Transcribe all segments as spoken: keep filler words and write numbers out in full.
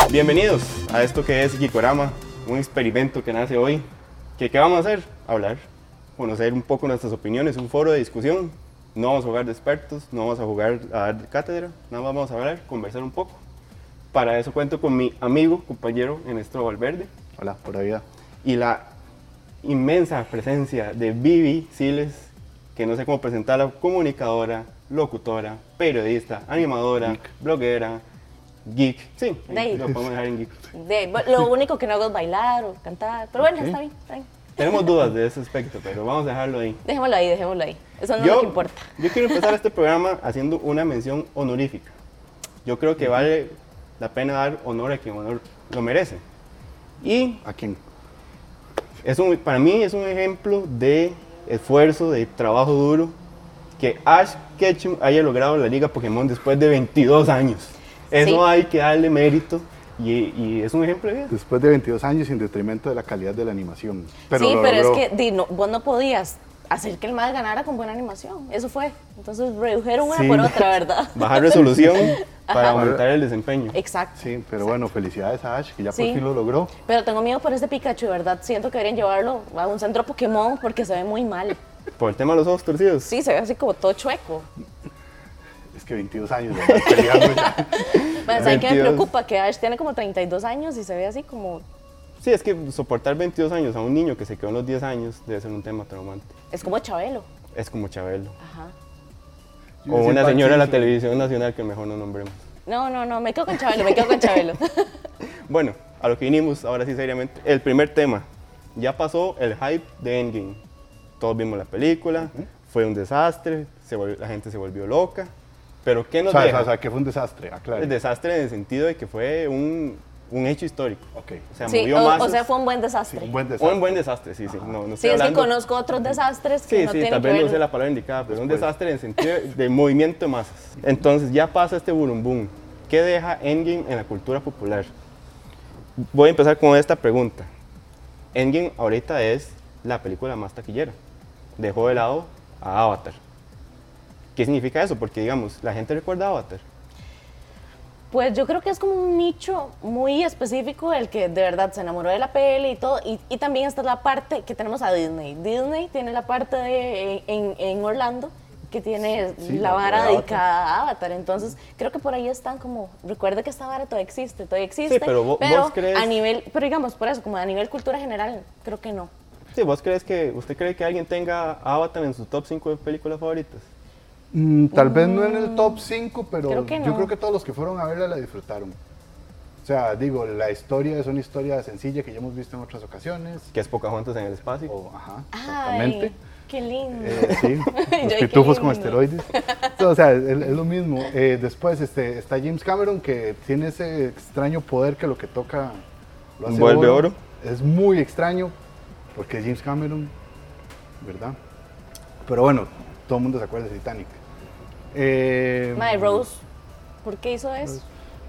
Bienvenidos a esto que es Geekorama, un experimento que nace hoy. ¿Qué, ¿Qué vamos a hacer? Hablar, conocer un poco nuestras opiniones, un foro de discusión. No vamos a jugar de expertos, no vamos a jugar a dar cátedra, nada más vamos a hablar, conversar un poco. Para eso cuento con mi amigo, compañero Ernesto Valverde. Hola, pura vida. Y la inmensa presencia de Vivi Siles, que no sé cómo presentarla, comunicadora, locutora, periodista, animadora, geek. bloguera, geek. Sí, de lo podemos dejar en geek. De, lo único que no hago es bailar o cantar, pero bueno, okay. está bien, está bien. Tenemos dudas de ese aspecto, pero vamos a dejarlo ahí. Dejémoslo ahí, dejémoslo ahí. Eso no yo, es lo que importa. Yo quiero empezar este programa haciendo una mención honorífica. Yo creo que vale la pena dar honor a quien honor lo merece. ¿Y a quién? Es un, para mí es un ejemplo de esfuerzo, de trabajo duro, que Ash Ketchum haya logrado la Liga Pokémon después de veintidós años. Eso sí. Hay que darle mérito. Y, y es un ejemplo de eso. Después de veintidós años en detrimento de la calidad de la animación. Pero sí, pero logró. Es que di, no, vos no podías hacer que el mal ganara con buena animación. Eso fue. Entonces redujeron una sí. por otra, ¿verdad? Bajar resolución para aumentar el desempeño. Exacto. Sí, pero Exacto. bueno, felicidades a Ash, que ya sí. por fin lo logró. Pero tengo miedo por este Pikachu, ¿verdad? Siento que deberían llevarlo a un centro Pokémon porque se ve muy mal. ¿Por el tema de los ojos torcidos? Sí, se ve así como todo chueco. Es que veintidós años, ¿verdad? Peleando ya. Bueno, ¿saben qué me preocupa? Que Ash tiene como treinta y dos años y se ve así como... Sí, es que soportar veintidós años a un niño que se quedó en los diez años debe ser un tema traumante. Es como Chabelo. Es como Chabelo. Ajá. O una señora de la televisión nacional que mejor no nombremos. No, no, no, me quedo con Chabelo, me quedo con Chabelo. Bueno, a lo que vinimos, ahora sí seriamente. El primer tema. Ya pasó el hype de Endgame. Todos vimos la película, uh-huh. fue un desastre, se volvió, la gente se volvió loca. Pero ¿qué nos o sea, deja? O sea, que fue un desastre, aclaro. El desastre en el sentido de que fue un, un hecho histórico. Okay. O sea, sí, movió o, masas. o sea, fue un buen desastre. Sí, un buen desastre. Un buen desastre, sí, sí. No, no sí, es hablando... que conozco otros desastres que sí, no sí, tienen tal que vez ver. no sé la palabra indicada, pero Después. un desastre en el sentido de movimiento de masas. Entonces, ya pasa este boom boom. ¿Qué deja Endgame en la cultura popular? Voy a empezar con esta pregunta. Endgame ahorita es la película más taquillera. Dejó de lado a Avatar. ¿Qué significa eso? Porque, digamos, la gente recuerda a Avatar. Pues yo creo que es como un nicho muy específico el que de verdad se enamoró de la peli y todo. Y, y también esta es la parte que tenemos a Disney. Disney tiene la parte de, en, en Orlando que tiene sí, la vara de dedicada a Avatar. Entonces creo que por ahí están como, recuerde que esta vara todavía existe, todavía existe. Sí, pero vos, pero vos crees... a nivel, pero digamos, por eso, como a nivel cultura general, creo que no. Sí, ¿vos crees que, usted cree que alguien tenga Avatar en su top cinco de películas favoritas? Mm, tal mm, vez no en el top cinco, pero creo que no. yo creo que todos los que fueron a verla la disfrutaron. O sea, digo, la historia es una historia sencilla que ya hemos visto en otras ocasiones. Que es Pocahontas en el espacio. O, ajá, exactamente. Ay, qué lindo. Eh, sí, los pitufos con esteroides. O sea, es, es lo mismo. Eh, después este, está James Cameron, que tiene ese extraño poder que lo que toca lo hace vuelve oro. oro. Es muy extraño, porque es James Cameron, ¿verdad? Pero bueno, todo el mundo se acuerda de Titanic. Eh, Mae, Rose, ¿por qué hizo eso?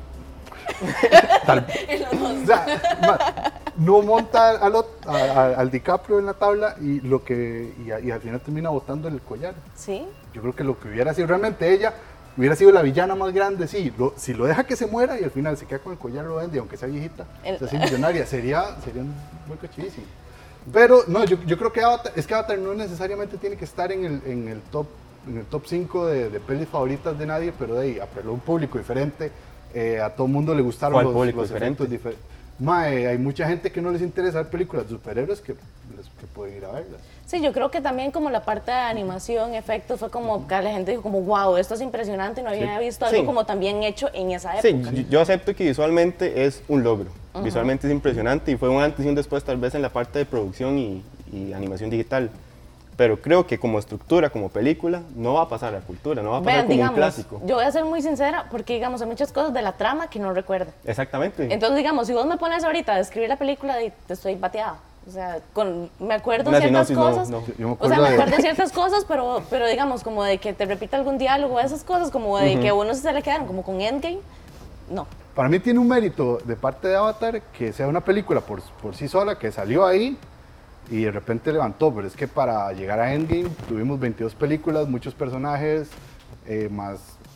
Tal, o sea, ma, no monta al, al, al DiCaprio en la tabla y, lo que, y, y al final termina botando el collar. Sí. Yo creo que lo que hubiera sido realmente ella, hubiera sido la villana más grande, sí, lo, si lo deja que se muera y al final se queda con el collar, lo vende, aunque sea viejita, el, o sea, así millonaria, sería, sería un muy cochidísimo. Pero no, yo, yo creo que Avatar, es que Avatar no necesariamente tiene que estar en el, en el top en el top cinco de, de pelis favoritas de nadie, pero de ahí apeló a un público diferente, eh, a todo el mundo le gustaron los, público los diferente? efectos diferentes. Mae, hay mucha gente que no les interesa ver películas de superhéroes que, que puede ir a verlas. Sí, yo creo que también como la parte de animación, efectos, fue como que la gente dijo como, wow, esto es impresionante, no había sí. visto algo sí. como también hecho en esa época. Sí, yo acepto que visualmente es un logro, uh-huh. visualmente es impresionante y fue un antes y un después tal vez en la parte de producción y, y animación digital. Pero creo que como estructura, como película, no va a pasar a la cultura, no va a pasar Vean, como digamos, un clásico. Yo voy a ser muy sincera porque, digamos, hay muchas cosas de la trama que no recuerdo. Exactamente. Entonces, digamos, si vos me pones ahorita a describir la película, te estoy bateada. O sea, con, me acuerdo Una ciertas sinopsis, cosas. No, no. Yo me o sea, me de... acuerdo de ciertas cosas, pero, pero digamos, como de que te repita algún diálogo, esas cosas, como de uh-huh. que a uno se le quedaron, como con Endgame, no. Para mí tiene un mérito de parte de Avatar que sea una película por, por sí sola, que salió ahí y de repente levantó, pero es que para llegar a Endgame tuvimos veintidós películas, muchos personajes, eh, más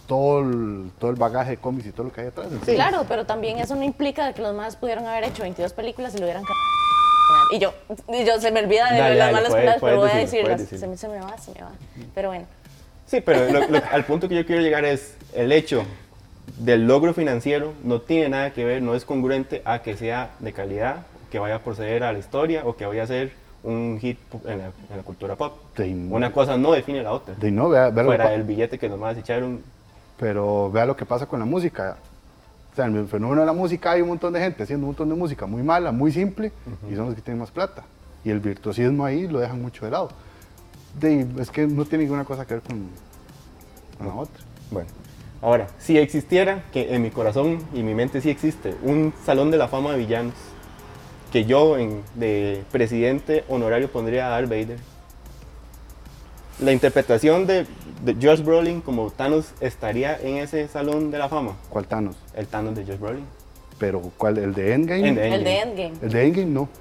todo el, todo el bagaje de cómics y todo lo que hay atrás. Sí. Claro, pero también eso no implica que los más pudieron haber hecho veintidós películas y lo hubieran cambiado. Y yo, y yo se me olvida de dale, las dale, malas puede, palabras, puede pero voy a decirlas. Se me, se me va, se me va. Pero bueno. Sí, pero lo, lo, al punto que yo quiero llegar es el hecho del logro financiero no tiene nada que ver, no es congruente a que sea de calidad, que vaya a proceder a la historia o que vaya a ser un hit en la, en la cultura pop. De Una no, cosa no define la otra. De no, vea, vea Fuera del billete que nos van a echaron. Pero vea lo que pasa con la música. O sea, en el fenómeno de la música hay un montón de gente haciendo un montón de música muy mala, muy simple, uh-huh. y son los que tienen más plata. Y el virtuosismo ahí lo dejan mucho de lado. De, es que no tiene ninguna cosa que ver con, con la otra. Bueno, ahora, si existiera, que en mi corazón y mi mente sí existe, un salón de la fama de villanos, que yo en, de presidente honorario pondría a Darth Vader. La interpretación de, de Josh Brolin como Thanos estaría en ese salón de la fama. ¿Cuál Thanos? El Thanos de Josh Brolin. ¿Pero cuál? ¿El de Endgame? El de Endgame. El de Endgame, el de Endgame no.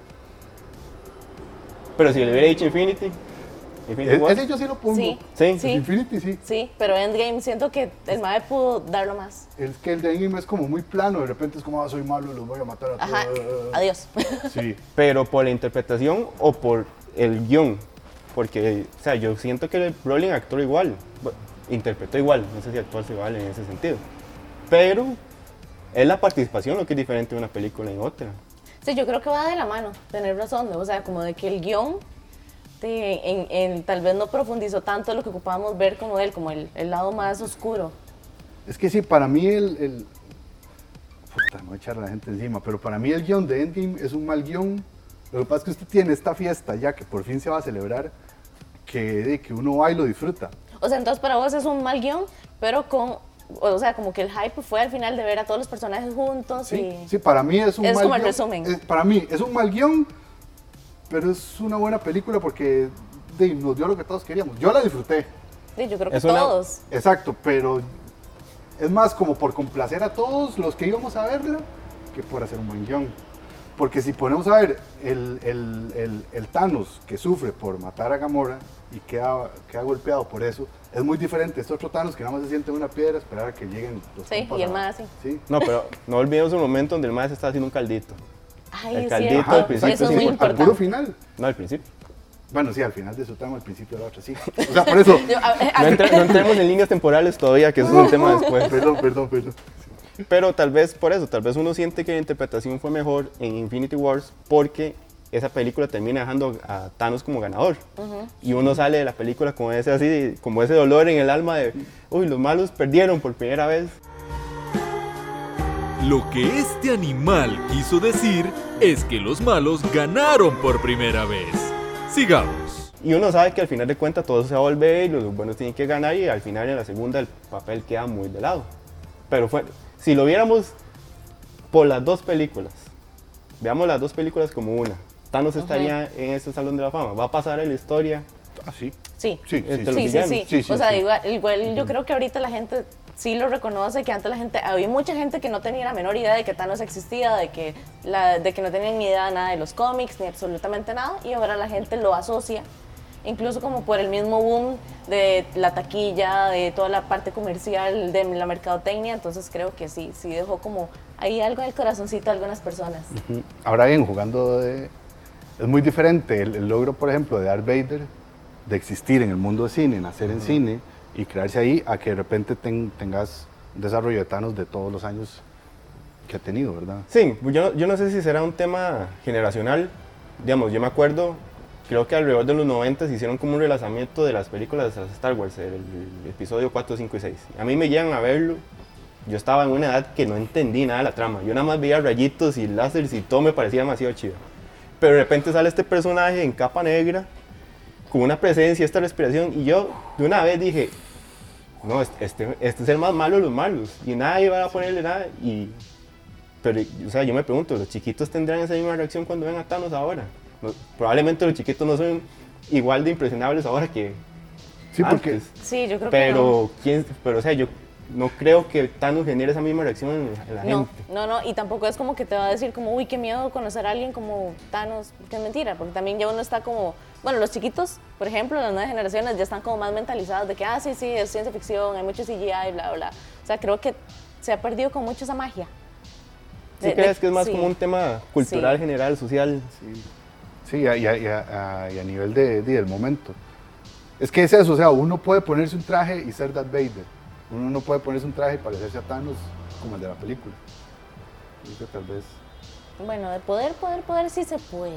Pero si le hubiera dicho Infinity... Infinity ese yo sí lo pongo. Sí. ¿Sí? Sí. Infinity sí. Sí, pero Endgame siento que el mae pudo darlo más. Es que el de Endgame es como muy plano, de repente es como, ah, soy malo, los voy a matar a todos. Ajá, adiós. Sí. Pero por la interpretación o por el guión, porque, o sea, yo siento que Brolin actuó igual, interpretó igual, no sé si actuó igual en ese sentido. Pero es la participación lo que es diferente de una película en otra. Sí, yo creo que va de la mano, tener razón, ¿no? O sea, como de que el guión de, en, en, tal vez no profundizó tanto lo que ocupábamos ver como él, como el, el lado más oscuro. Es que sí, para mí el... el puta, no voy a echar a la gente encima, pero para mí el guión de Endgame es un mal guión. Lo que pasa es que usted tiene esta fiesta ya que por fin se va a celebrar, que, de, que uno va y lo disfruta. O sea, entonces para vos es un mal guión, pero con... O sea, como que el hype fue al final de ver a todos los personajes juntos sí, y... Sí, para mí es un es mal como guión. El resumen. Es, para mí es un mal guión, pero es una buena película porque de, nos dio lo que todos queríamos. Yo la disfruté. Sí, yo creo que es una... todos. Exacto, pero es más como por complacer a todos los que íbamos a verla que por hacer un buen guión. Porque si ponemos a ver el, el, el, el Thanos que sufre por matar a Gamora y queda, queda golpeado por eso, es muy diferente. Este otro Thanos que nada más se siente en una piedra a esperar a que lleguen los Sí, y el más así. Sí. No, pero no olvidemos un momento donde el más está haciendo un caldito. Ay, el es caldito cierto. al principio. Eso es muy sí, importante. Al puro final. No, al principio. Bueno, sí, al final de su tramo, al principio de la otra, sí. O sea, por eso... Yo, a, a, No, entre, no entremos en líneas temporales todavía, que eso es un tema después. Perdón, perdón, perdón. Pero tal vez por eso, tal vez uno siente que la interpretación fue mejor en Infinity Wars porque esa película termina dejando a Thanos como ganador. Uh-huh. Y uno sale de la película con ese así, como ese dolor en el alma de, uy, los malos perdieron por primera vez. Lo que este animal quiso decir es que los malos ganaron por primera vez. Sigamos. Y uno sabe que al final de cuentas todo se va a volver y los buenos tienen que ganar y al final en la segunda el papel queda muy de lado. Pero fue, si lo viéramos por las dos películas, veamos las dos películas como una, Thanos uh-huh. estaría en ese Salón de la Fama, va a pasar en la historia. ¿Ah, sí? Sí, sí, sí, sí, sí, sí. sí, sí, O sea, sí. igual, igual uh-huh. yo creo que ahorita la gente sí lo reconoce, que antes la gente, había mucha gente que no tenía la menor idea de que Thanos existía, de que, la, de que no tenían ni idea nada de los cómics, ni absolutamente nada, y ahora la gente lo asocia, incluso como por el mismo boom de la taquilla, de toda la parte comercial, de la mercadotecnia, entonces creo que sí, sí dejó como ahí algo en el corazoncito de algunas personas. Uh-huh. Ahora bien, jugando de... es muy diferente el, el logro, por ejemplo, de Darth Vader, de existir en el mundo de cine, nacer uh-huh. en cine y crearse ahí, a que de repente ten, tengas un desarrollo de Thanos de todos los años que ha tenido, ¿verdad? Sí, yo, yo no sé si será un tema generacional, digamos, yo me acuerdo... Creo que alrededor de los noventa se hicieron como un relanzamiento de las películas de Star Wars, el, el episodio cuatro, cinco y seis. A mí me llegan a verlo, yo estaba en una edad que no entendí nada de la trama. Yo nada más veía rayitos y láseres y todo me parecía demasiado chido. Pero de repente sale este personaje en capa negra, con una presencia, esta respiración, y yo de una vez dije, no, este, este es el más malo de los malos, y nadie va a ponerle nada. Y, pero, o sea, yo me pregunto, ¿los chiquitos tendrán esa misma reacción cuando ven a Thanos ahora? No, probablemente los chiquitos no son igual de impresionables ahora que sí, porque antes. Sí, yo creo pero, que no. ¿quién, pero, o sea, yo no creo que Thanos genere esa misma reacción en, en la no, gente. No, no, y tampoco es como que te va a decir como, uy, qué miedo conocer a alguien como Thanos, que es mentira, porque también ya uno está como, bueno, los chiquitos, por ejemplo, las nuevas generaciones ya están como más mentalizados de que, ah, sí, sí, es ciencia ficción, hay mucho C G I, bla, bla, bla. O sea, creo que se ha perdido con mucho esa magia. ¿Sí de, crees de, que es más sí. como un tema cultural, sí. general, social? Sí, sí y, a, y, a, y, a, y a nivel de, de, del momento. Es que es eso, o sea, uno puede ponerse un traje y ser Darth Vader. Uno no puede ponerse un traje y parecerse a Thanos como el de la película. Yo creo que tal vez... Bueno, de poder, poder, poder sí se puede.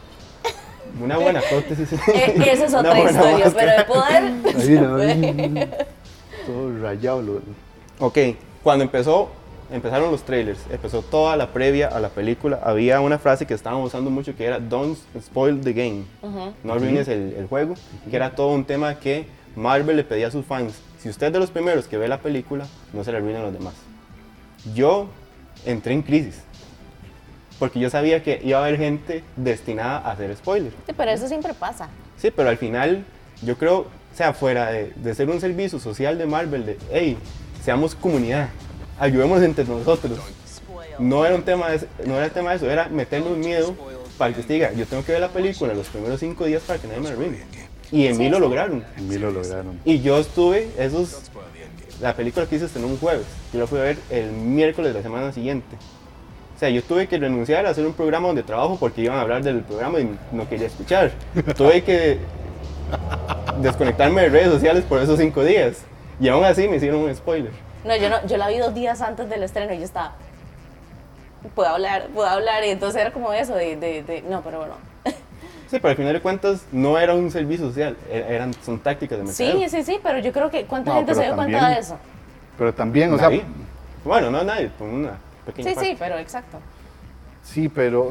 Una buena prótesis. Eh, esa es otra historia, máscara. Pero de poder sí se puede. Todo rayado. Lo... Ok, cuando empezó, empezaron los trailers, empezó toda la previa a la película, había una frase que estaban usando mucho que era "Don't spoil the game", uh-huh. no arruines uh-huh. el, el juego, uh-huh. que era todo un tema que Marvel le pedía a sus fans. Si usted es de los primeros que ve la película, no se le arruinen a los demás. Yo entré en crisis, porque yo sabía que iba a haber gente destinada a hacer spoilers. Sí, pero eso siempre pasa. Sí, pero al final, yo creo, o sea, fuera de, de ser un servicio social de Marvel, de, hey, seamos comunidad, ayudemos entre nosotros. No era un tema de, no era el tema de eso, era meternos miedo para que usted diga, yo tengo que ver la película los primeros cinco días para que nadie me arruine. Y en sí, mí lo lograron. En mí lo lograron. Y yo estuve, esos, la película que hice estrenó un jueves. Yo la fui a ver el miércoles de la semana siguiente. O sea, yo tuve que renunciar a hacer un programa donde trabajo porque iban a hablar del programa y no quería escuchar. Tuve que desconectarme de redes sociales por esos cinco días. Y aún así me hicieron un spoiler. No, yo no, yo la vi dos días antes del estreno y yo estaba, puedo hablar, puedo hablar. Y entonces era como eso de, de, de no, pero bueno. Sí, pero al final de cuentas no era un servicio social, eran, son tácticas de mercadeo. Sí, sí, sí, pero yo creo que ¿cuánta no, gente se dio también, cuenta de eso? Pero también, o ¿nadie? sea... Bueno, no nadie, con una pequeña Sí, parte. sí, pero exacto. Sí, pero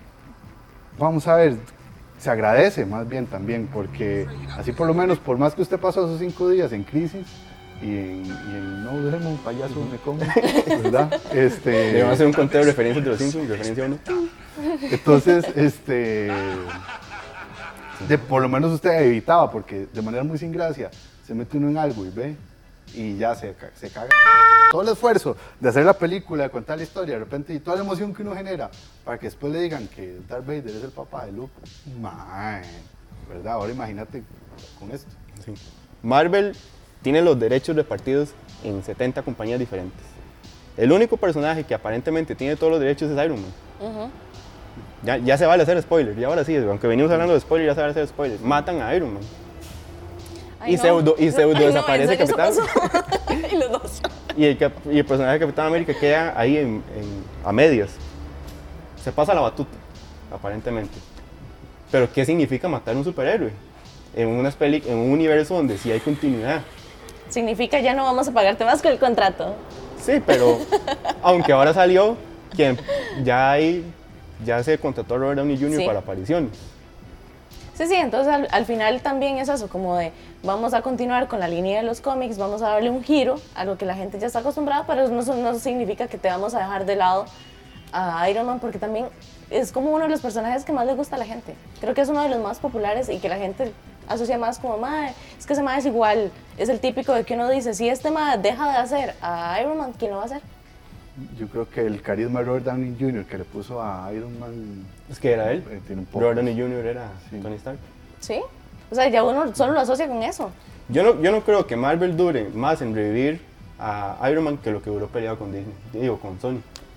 vamos a ver, se agradece más bien también, porque así por lo menos, por más que usted pasó esos cinco días en crisis, y en, y en no duermo, payaso me como, ¿verdad? Este... Le vamos a hacer un conteo de referencias de los Simpsons, referencia uno. Entonces, este, de, por lo menos usted evitaba, porque de manera muy sin gracia, se mete uno en algo y ve, y ya se, se caga. Todo el esfuerzo de hacer la película, de contar la historia, de repente, y toda la emoción que uno genera, para que después le digan que Darth Vader es el papá de Luke, man, ¿verdad? Ahora imagínate con esto. Sí. Marvel tiene los derechos repartidos en setenta compañías diferentes. El único personaje que aparentemente tiene todos los derechos es Iron Man. Uh-huh. Ya, ya se vale hacer spoiler, y ahora sí, aunque venimos hablando de spoiler, ya se vale hacer spoiler. Matan a Iron Man. Ay, y, no. pseudo, y pseudo Ay, desaparece no, Capitán. y los dos. Y el, y el personaje de Capitán América queda ahí en, en, a medias. Se pasa la batuta, aparentemente. Pero ¿qué significa matar a un superhéroe? En, unas peli en un universo donde sí hay continuidad. Significa ya no vamos a pagarte más con el contrato. Sí, pero aunque ahora salió que ya hay... ya se contrató a Robert Downey junior Sí. para apariciones. Sí, sí, entonces al, al final también es eso, como de vamos a continuar con la línea de los cómics, vamos a darle un giro a lo que la gente ya está acostumbrada, pero eso no, no significa que te vamos a dejar de lado a Iron Man, porque también es como uno de los personajes que más le gusta a la gente. Creo que es uno de los más populares y que la gente asocia más como, mae, es que ese mae es igual, es el típico de que uno dice, si este mae deja de hacer a Iron Man, ¿quién lo va a hacer? Yo creo que el carisma de Robert Downey junior que le puso a Iron Man... Es que era él, eh, tiene un poco. Robert Downey junior era sí. Tony Stark. Sí, o sea, ya uno solo lo asocia con eso. Yo no, yo no creo que Marvel dure más en revivir a Iron Man que lo que duró peleado con Disney, digo, con Sony.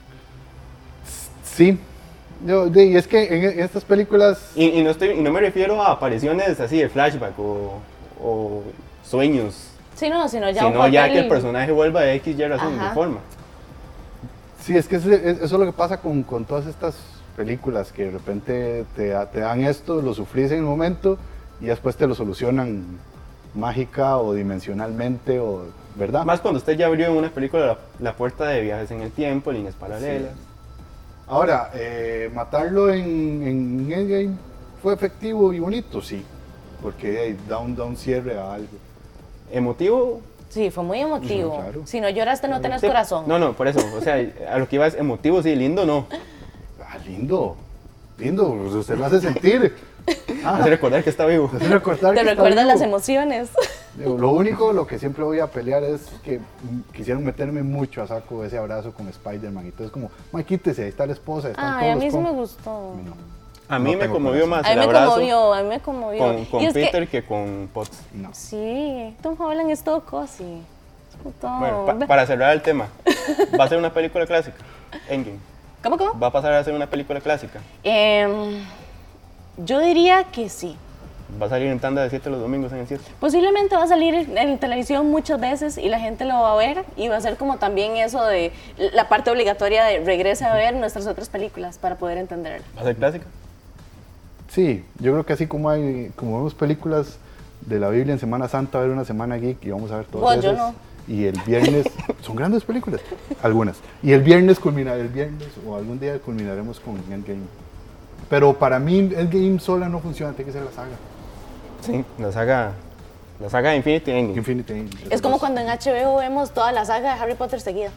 Sí, yo, y es que en, en estas películas... Y, y, no estoy, y no me refiero a apariciones así de flashback o, o sueños. Sí, no, sino ya sino un papel... ya que el personaje vuelva de X y razón, de forma. Sí, es que eso, eso es lo que pasa con, con todas estas películas, que de repente te, te dan esto, lo sufrís en el momento y después te lo solucionan mágica o dimensionalmente, o, ¿verdad? Más cuando usted ya abrió en una película la, la puerta de viajes en el tiempo, líneas paralelas. Sí. Ahora, eh, matarlo en, en Endgame fue efectivo y bonito, sí, porque eh, da, un, da un cierre a algo. ¿Emotivo? Sí, fue muy emotivo. Sí, claro. Si no lloraste, no tenés sí. corazón. No, no, por eso. O sea, a lo que iba es emotivo, sí, lindo no. Ah, lindo. Lindo, usted lo hace sentir. Ah, hace recordar que está vivo. Hace recordar Te que recuerdan está las vivo. emociones. Lo único, lo que siempre voy a pelear es que quisieron meterme mucho a saco ese abrazo con Spider-Man. Entonces como, ma, quítese, ahí está la esposa, están Ay, todos a mí los sí com-". me gustó. A mí no. A mí No me tengo conmovió corazón. más A mí el me abrazo conmovió, a mí me conmovió. con, con Y es que- Peter que, con Potts. No. Sí, Tom Holland es todo cosi. Es todo- Bueno, pa- para cerrar el tema, ¿va a ser una película clásica? Endgame. ¿Cómo, cómo? ¿Va a pasar a ser una película clásica? Em, yo diría que sí. ¿Va a salir en tanda de siete los domingos en el siete? Posiblemente va a salir en en televisión muchas veces y la gente lo va a ver y va a ser como también eso de la parte obligatoria de regrese a ver nuestras otras películas para poder entenderla. ¿Va a ser clásica? Sí, yo creo que así como hay, como vemos películas de la Biblia en Semana Santa, va a haber una Semana Geek y vamos a ver todas Bueno, yo esas. no. Y el viernes, son grandes películas, algunas. Y el viernes culminar, el viernes o algún día culminaremos con Endgame. Pero para mí Endgame sola no funciona, tiene que ser la saga. Sí, la saga, la saga de Infinity Endgame. Infinity Endgame. Es como cuando en H B O vemos toda la saga de Harry Potter seguida.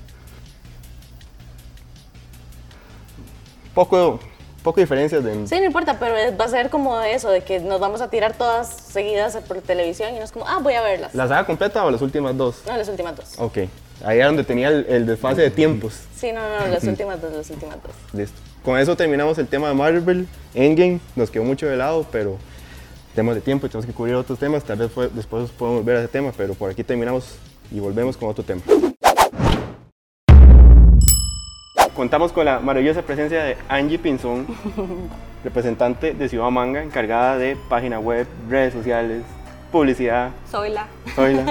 Poco, poco diferencias de... Sí, no importa, pero es- va a ser como eso, de que nos vamos a tirar todas seguidas por televisión y no es como, ah, voy a verlas. ¿La saga completa o las últimas dos? No, las últimas dos. Ok, ahí era donde tenía el, el desfase de tiempos. Sí, no, no, las últimas dos, las últimas dos. Listo. Con eso terminamos el tema de Marvel, Endgame, nos quedó mucho de lado, pero temas de tiempo y tenemos que cubrir otros temas, tal vez fue- después podemos volver a ese tema, pero por aquí terminamos y volvemos con otro tema. Contamos con la maravillosa presencia de Angie Pinzón, representante de Ciudad Manga, encargada de página web, redes sociales, publicidad, Soy la. Zoila.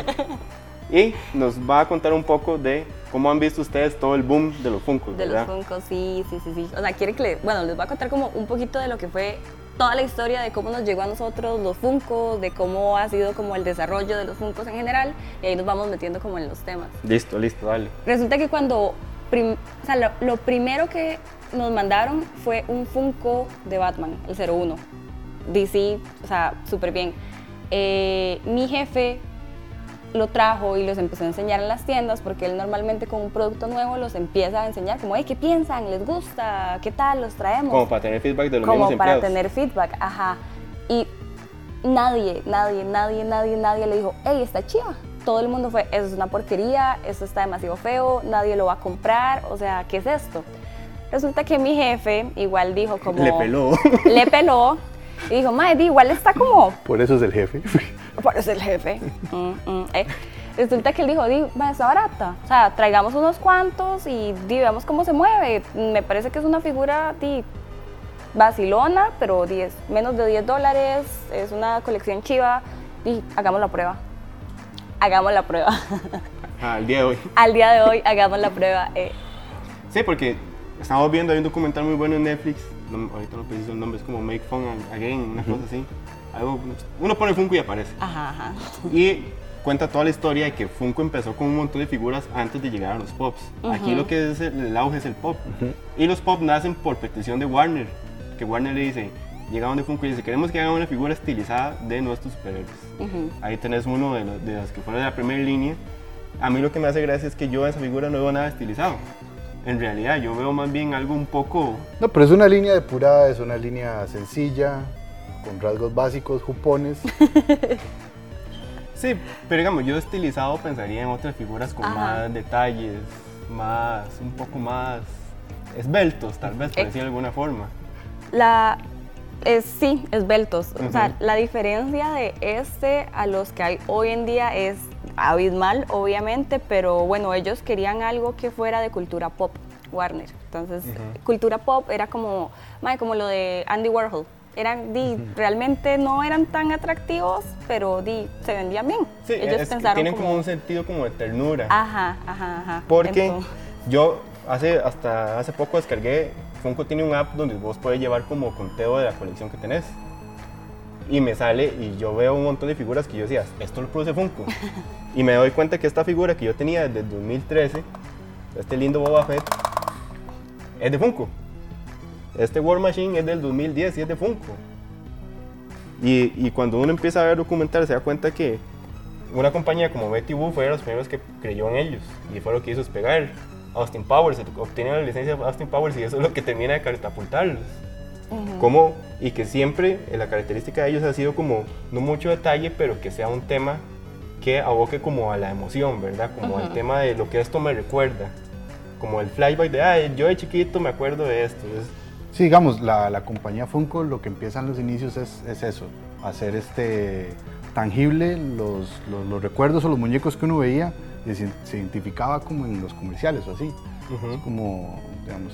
Y nos va a contar un poco de cómo han visto ustedes todo el boom de los Funkos, De los ¿verdad? Funkos, sí, sí, sí, sí. O sea, quiere que le, bueno, les voy a contar como un poquito de lo que fue toda la historia de cómo nos llegó a nosotros los Funkos, de cómo ha sido como el desarrollo de los Funkos en general, y ahí nos vamos metiendo como en los temas. Listo, listo, dale. Resulta que cuando, prim- o sea, lo, lo primero que nos mandaron fue un Funko de Batman, el cero uno. D C, o sea, súper bien. Eh, mi jefe lo trajo y los empezó a enseñar en las tiendas porque él normalmente con un producto nuevo los empieza a enseñar como, hey, ¿qué piensan? ¿Les gusta? ¿Qué tal? ¿Los traemos? Como para tener feedback de los Como mismos para empleados. tener feedback, ajá. Y nadie, nadie, nadie, nadie, nadie le dijo, hey, está chiva. Todo el mundo fue, eso es una porquería, eso está demasiado feo, nadie lo va a comprar, o sea, ¿qué es esto? Resulta que mi jefe igual dijo como... Le peló. Le peló y dijo, mae, di, igual está como... Por eso es el jefe. Por eso el jefe. Mm, mm, eh. Resulta que él dijo, di, va, está barata. O sea, traigamos unos cuantos y di, veamos cómo se mueve. Me parece que es una figura, di, vacilona, pero di, es menos de diez dólares, es una colección chiva. Di, hagamos la prueba. Hagamos la prueba. Ah, al día de hoy. Al día de hoy, hagamos la prueba. eh. Sí, porque estamos viendo, hay un documental muy bueno en Netflix, no, ahorita no preciso el nombre, es como Make Fun Again, una cosa así. Algo, uno pone Funko y aparece. Ajá, ajá. Y cuenta toda la historia de que Funko empezó con un montón de figuras antes de llegar a los Pops. Aquí lo que es el, el auge es el Pop. Y los Pop nacen por petición de Warner, que Warner le dice, llega donde Funko y dice, queremos que hagan una figura estilizada de nuestros superhéroes. Ujú. Ahí tenés uno de, los, de las que fueron de la primera línea. A mí lo que me hace gracia es que yo a esa figura no veo nada estilizado. En realidad, yo veo más bien algo un poco... No, pero es una línea depurada, es una línea sencilla, con rasgos básicos, jupones. Sí, pero digamos, yo estilizado pensaría en otras figuras con Ajá. más detalles, más, un poco más esbeltos, tal vez, por Eh. decirlo de alguna forma. La, es, sí, esbeltos. O sea, Ujú. la diferencia de este a los que hay hoy en día es abismal, obviamente, pero bueno, ellos querían algo que fuera de cultura pop, Warner. Entonces, cultura pop era como, mae, como lo de Andy Warhol. Eran, di, realmente no eran tan atractivos, pero di, se vendían bien. Sí, ellos es que pensaron tienen como, como un sentido como de ternura. ajá, ajá, ajá. Porque Entonces, yo hace, hasta hace poco descargué, Funko tiene un app donde vos puedes llevar como conteo de la colección que tenés. Y me sale y yo veo un montón de figuras que yo decía, esto lo produce Funko. Y me doy cuenta que esta figura que yo tenía desde el dos mil trece, este lindo Boba Fett, es de Funko. Este War Machine es del dos mil diez y es de Funko. Y, y cuando uno empieza a ver documentales se da cuenta que una compañía como Betty Boop fue de los primeros que creyó en ellos y fue lo que hizo despegar. Austin Powers, obtiene la licencia de Austin Powers y eso es lo que termina de catapultarlos. Como, y que siempre eh, la característica de ellos ha sido como no mucho detalle, pero que sea un tema que aboque como a la emoción, ¿verdad? Como uh-huh. al tema de lo que esto me recuerda. Como el flashback de, ay, yo de chiquito me acuerdo de esto. Es... Sí, digamos, la, la compañía Funko lo que empieza en los inicios es, es eso, hacer este, tangible los, los, los recuerdos o los muñecos que uno veía y se, se identificaba como en los comerciales o así. Uh-huh. Es como, digamos,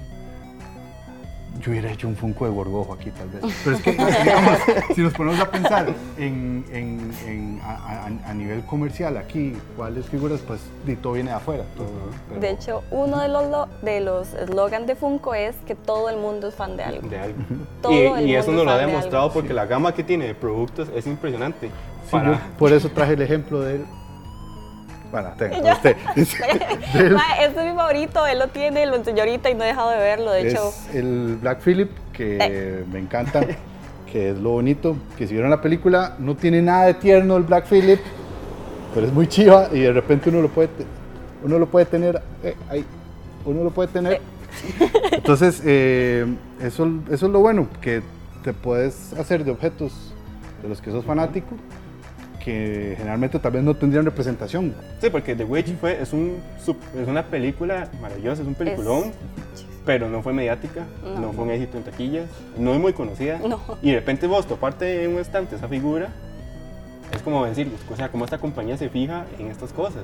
yo hubiera hecho un Funko de Gorgojo aquí tal vez, pero es que, digamos, si nos ponemos a pensar en, en, en, a, a, a nivel comercial aquí, cuáles figuras, pues de todo viene de afuera. Todo, pero... De hecho, uno de los lo, de los eslogans de Funko es que todo el mundo es fan de algo. De algo. Todo y, el y eso nos lo ha demostrado porque sí. la gama que tiene de productos es impresionante. Sí, para... yo por eso traje el ejemplo de él. Bueno, tenga, usted. Ma, este es mi favorito, él lo tiene, lo enseñó ahorita y no he dejado de verlo, de es hecho. El Black Phillip, que eh. me encanta, que es lo bonito, que si vieron la película, no tiene nada de tierno el Black Phillip, pero es muy chiva y de repente uno lo puede, uno lo puede tener, eh, ahí, uno lo puede tener. Eh. Entonces, eh, eso, eso es lo bueno, que te puedes hacer de objetos de los que sos fanático, que generalmente tal vez no tendrían representación. Sí, porque The Witch fue, es, un, es una película maravillosa, es un peliculón, es... pero no fue mediática, no. no fue un éxito en taquillas, no es muy conocida. No. Y de repente vos toparte en un estante esa figura, es como decir, o sea, cómo esta compañía se fija en estas cosas.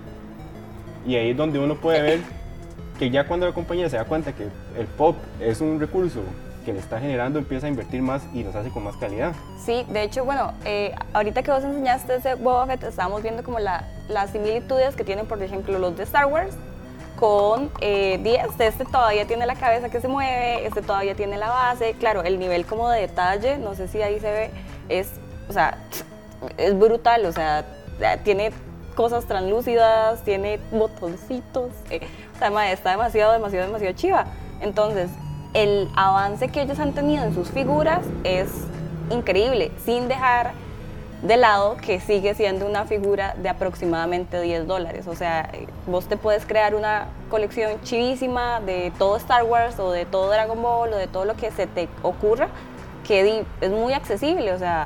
Y ahí es donde uno puede ver que ya cuando la compañía se da cuenta que el pop es un recurso que le está generando, empieza a invertir más y los hace con más calidad. Sí, de hecho, bueno, eh, ahorita que vos enseñaste ese Boba Fett, estábamos viendo como la, las similitudes que tienen, por ejemplo, los de Star Wars con eh, diez. Este todavía tiene la cabeza que se mueve, este todavía tiene la base. Claro, el nivel como de detalle, no sé si ahí se ve, es, o sea, es brutal, o sea, tiene cosas translúcidas, tiene botoncitos, eh, o sea, está demasiado, demasiado, demasiado chiva. Entonces, el avance que ellos han tenido en sus figuras es increíble, sin dejar de lado que sigue siendo una figura de aproximadamente diez dólares. O sea, vos te puedes crear una colección chivísima de todo Star Wars o de todo Dragon Ball o de todo lo que se te ocurra, que es muy accesible, o sea,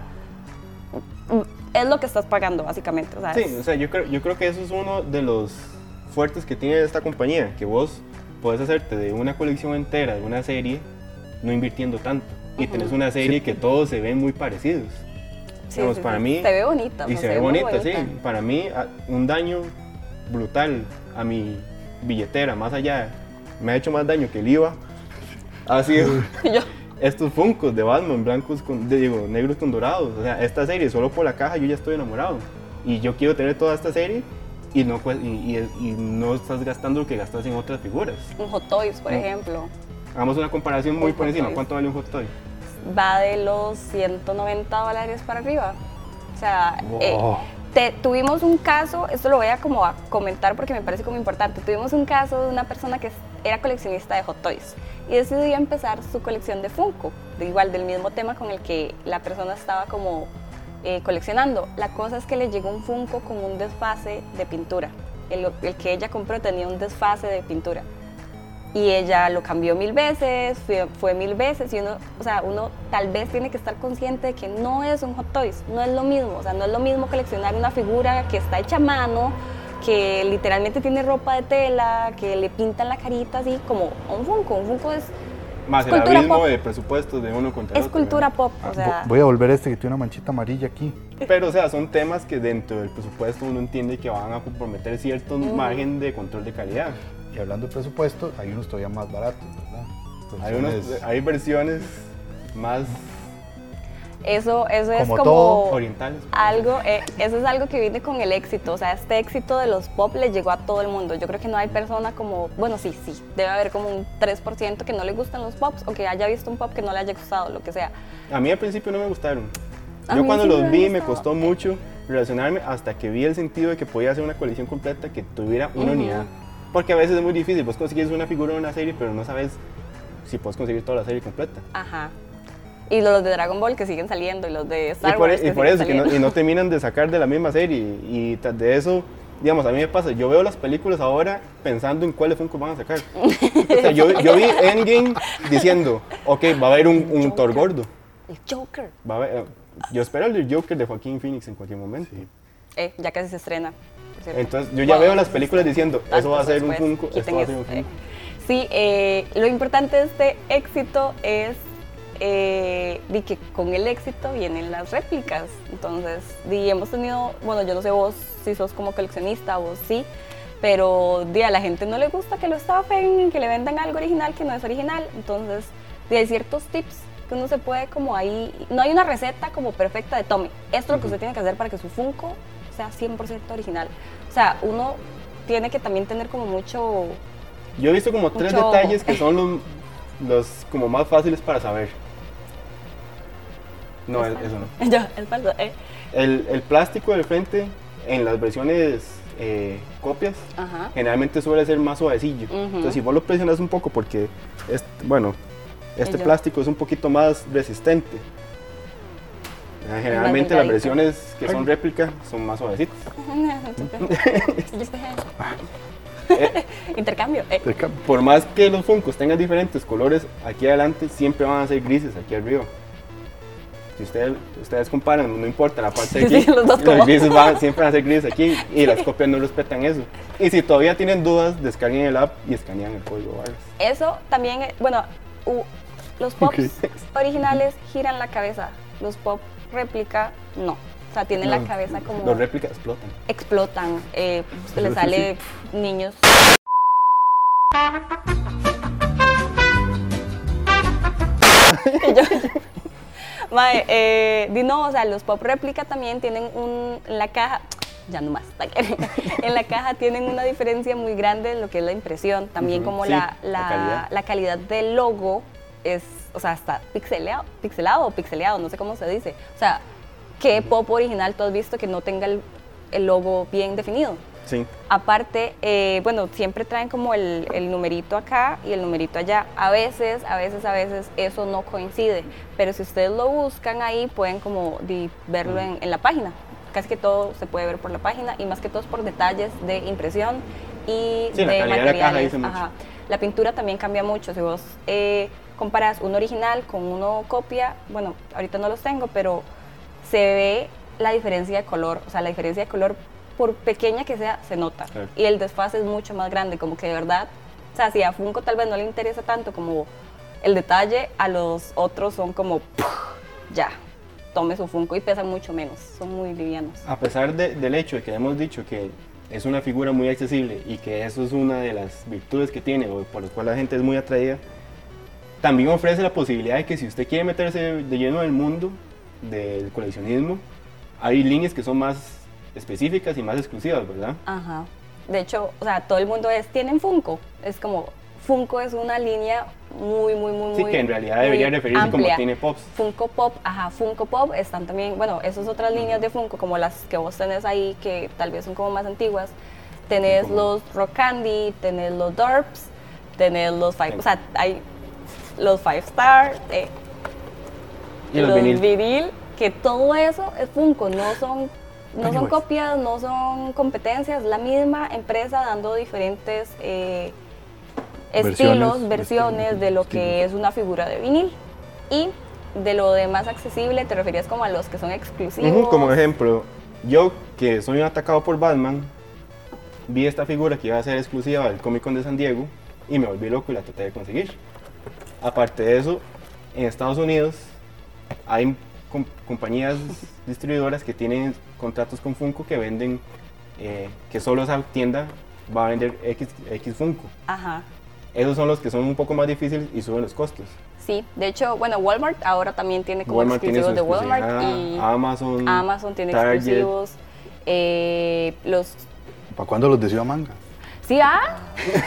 es lo que estás pagando básicamente. O sea, sí, es... o sea, yo creo, yo creo que eso es uno de los fuertes que tiene esta compañía, que vos puedes hacerte de una colección entera de una serie no invirtiendo tanto y uh-huh. tenés una serie sí. que todos se ven muy parecidos. Sí, Digamos, sí, para sí. mí, se ve bonita. Y pues, se, se ve bonita, bonita, sí. Para mí, un daño brutal a mi billetera, más allá, me ha hecho más daño que el I V A, ha sido estos Funkos de Batman, blancos con, de, digo, negros con dorados. O sea, esta serie, solo por la caja yo ya estoy enamorado. Y yo quiero tener toda esta serie y no, y, y, y no estás gastando lo que gastas en otras figuras. Un Hot Toys, por no. ejemplo. Hagamos una comparación muy un por encima. ¿Cuánto vale un Hot Toy? Va de los ciento noventa dólares para arriba. O sea, wow. eh, te, tuvimos un caso, esto lo voy a como a comentar porque me parece como importante. Tuvimos un caso de una persona que era coleccionista de Hot Toys y decidió empezar su colección de Funko, de igual del mismo tema con el que la persona estaba como eh, coleccionando. La cosa es que le llegó un Funko con un desfase de pintura. El, el que ella compró tenía un desfase de pintura. Y ella lo cambió mil veces, fue, fue mil veces, y uno, o sea, uno tal vez tiene que estar consciente de que no es un Hot Toys, no es lo mismo, o sea, no es lo mismo coleccionar una figura que está hecha a mano, que literalmente tiene ropa de tela, que le pintan la carita así, como un Funko, un Funko es más el abismo de presupuestos de uno contra el otro. Es cultura pop, o sea... Voy a volver a este que tiene una manchita amarilla aquí. Pero, o sea, son temas que dentro del presupuesto uno entiende que van a comprometer cierto mm. margen de control de calidad. Y hablando de presupuesto, hay unos todavía más baratos, ¿verdad? Hay, unos, hay versiones más... Eso, eso es como, como todo, orientales. Algo, eh, eso es algo que viene con el éxito, o sea, este éxito de los pop le llegó a todo el mundo. Yo creo que no hay persona como, bueno, sí, sí, debe haber como un tres por ciento que no le gustan los pops o que haya visto un pop que no le haya gustado, lo que sea. A mí al principio no me gustaron. Yo cuando sí los me vi me costó mucho relacionarme hasta que vi el sentido de que podía hacer una colección completa que tuviera una uh-huh. unidad. Porque a veces es muy difícil, vos consigues una figura de una serie, pero no sabes si puedes conseguir toda la serie completa. Ajá. Y los de Dragon Ball que siguen saliendo, y los de Star y por, Wars y que por siguen eso, que no, y no terminan de sacar de la misma serie. Y tras de eso, digamos, a mí me pasa, yo veo las películas ahora pensando en cuáles Funko van a sacar. O sea, yo, yo vi Endgame diciendo, ok, va a haber un, un Thor gordo. El Joker. Va a haber, yo espero el Joker de Joaquín Phoenix en cualquier momento. Sí. eh, ya casi se estrena. Entonces yo ya Bueno, veo las películas diciendo, eso va a ser un después, Funko, esto quiten va a ser un eso, Funko. eh. Sí, eh, lo importante de este éxito es eh, de que con el éxito vienen las réplicas. Entonces, di, hemos tenido, bueno, yo no sé vos si sos como coleccionista, vos sí, pero di, a la gente no le gusta que lo estafen, que le vendan algo original que no es original. Entonces, di, hay ciertos tips que uno se puede como ahí, no hay una receta como perfecta de tome, esto es lo que usted tiene que hacer para que su Funko sea cien por ciento original. O sea, uno tiene que también tener como mucho... Yo he visto como tres Mucho detalles que son los, los como más fáciles para saber. No, Es es- falso. eso no. Yo, es falso, eh. El, el plástico del frente en las versiones eh, copias Ajá. generalmente suele ser más suavecillo. Ujú. Entonces si vos lo presionas un poco porque, es, bueno, este yo. plástico es un poquito más resistente. Eh, Generalmente las delgadito. versiones que son réplica son más suavecitas. Intercambio. eh. El cam- Por más que los Funkos tengan diferentes colores aquí adelante, siempre van a ser grises aquí arriba. Si ustedes, ustedes comparan, no importa la parte de aquí, Sí, los dos como- grises van, siempre van a ser grises aquí y las copias no respetan eso. Y si todavía tienen dudas, descarguen el app y escanean el código barras. Eso también, eh, bueno, u- los pops Ok. originales giran la cabeza, los pop réplica no. O sea, tienen la Los- cabeza como... Los réplicas explotan. explotan, eh, les sale pf, niños. Y yo- Mae, eh, di no, o sea, los pop réplica también tienen un, en la caja, ya no más, en la caja tienen una diferencia muy grande en lo que es la impresión, también Ujú, como sí, la, la la, calidad. la calidad del logo es, o sea, está pixeleado, pixelado o pixeleado, no sé cómo se dice. O sea, ¿qué pop original tú has visto que no tenga el, el logo bien definido? Sí. Aparte, eh, bueno, siempre traen como el, el numerito acá y el numerito allá. A veces, a veces, a veces eso no coincide, pero si ustedes lo buscan ahí pueden como di- verlo en, en la página. Casi que todo se puede ver por la página y más que todo es por detalles de impresión y Sí, la de calidad de la caja materiales. dice mucho. Ajá. La pintura también cambia mucho. Si vos eh, comparas uno original con uno copia, bueno, ahorita no los tengo, pero se ve la diferencia de color. O sea, la diferencia de color, por pequeña que sea, se nota. Claro. Y el desfase es mucho más grande, como que de verdad, o sea, si a Funko tal vez no le interesa tanto como el detalle, a los otros son como, ¡puf! Ya, tome su Funko y pesan mucho menos, son muy livianos. A pesar de- del hecho de que hemos dicho que es una figura muy accesible y que eso es una de las virtudes que tiene o por las cuales la gente es muy atraída, también ofrece la posibilidad de que si usted quiere meterse de lleno en el mundo del coleccionismo, hay líneas que son más específicas y más exclusivas, ¿verdad? Ajá. De hecho, o sea, todo el mundo es, ¿tienen Funko? Es como, Funko es una línea muy, muy, muy, Sí, muy que en realidad muy debería referirse como amplia. tiene Pops. Funko Pop, ajá, Funko Pop están también, bueno, esas otras líneas de Funko, como las que vos tenés ahí, que tal vez son como más antiguas. Tenés Como- los Rock Candy, tenés los Derps, tenés los Five, Sí. o sea, hay los Five Star, eh, Y los vinil. vinil, que todo eso es Funko, no son, no son Anyways. copias, no son competencias, la misma empresa dando diferentes eh, estilos, Versiones, versiones de lo que es una figura de vinil. Y de lo de más accesible, te referías como a los que son exclusivos. Ujú, como ejemplo, yo que soy un atacado por Batman, vi esta figura que iba a ser exclusiva del Comic Con de San Diego y me volví loco y la traté de conseguir. Aparte de eso, en Estados Unidos hay com- compañías distribuidoras que tienen contratos con Funko que venden, eh, que solo esa tienda va a vender X, X Funko. Ajá. Esos son los que son un poco más difíciles y suben los costos. Sí, de hecho, bueno, Walmart ahora también tiene como Walmart tiene su exclusivos de Walmart exclusividad, y Amazon, Amazon tiene Target. exclusivos. Eh, los ¿Para cuándo los de Ciudad Manga? sí, ah.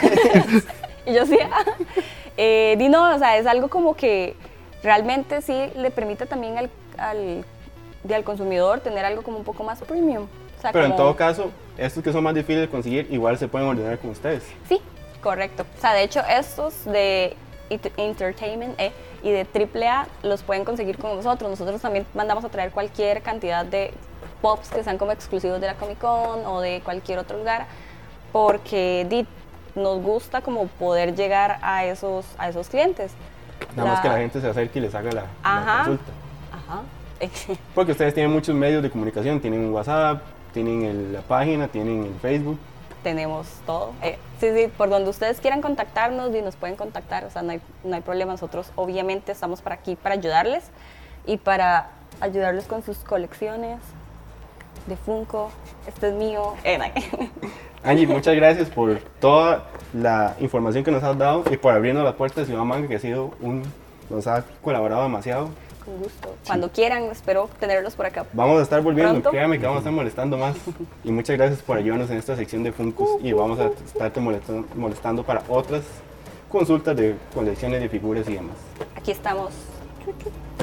Y yo sí, ah. Eh, di no, o sea, es algo como que realmente sí le permite también al, al, de al consumidor tener algo como un poco más premium. O sea, Pero en como- todo caso, estos que son más difíciles de conseguir, igual se pueden ordenar con ustedes. Sí, correcto. O sea, de hecho, estos de It- Entertainment eh, y de triple A los pueden conseguir con nosotros. Nosotros también mandamos a traer cualquier cantidad de pops que sean como exclusivos de la Comic Con o de cualquier otro lugar, porque di, nos gusta como poder llegar a esos, a esos clientes. Nada más La- que la gente se acerque y les haga la, la Ajá. consulta. Ajá. Porque ustedes tienen muchos medios de comunicación, tienen un WhatsApp, tienen el- la página, tienen el Facebook. Tenemos todo. Eh, sí, sí, por donde ustedes quieran contactarnos y nos pueden contactar, o sea, no hay, no hay problema. Nosotros obviamente estamos para aquí para ayudarles y para ayudarles con sus colecciones de Funko. Este es mío. Eh, no. Angie, muchas gracias por toda la información que nos has dado y por abrirnos la puerta de Ciudad Manga, que ha sido un, nos ha colaborado demasiado. Con gusto. Cuando quieran, espero tenerlos por acá. Vamos a estar volviendo, Pronto. créame que vamos a estar molestando más. Y muchas gracias por ayudarnos en esta sección de Funkos y vamos a estarte molestando, molestando para otras consultas de colecciones de figuras y demás. Aquí estamos.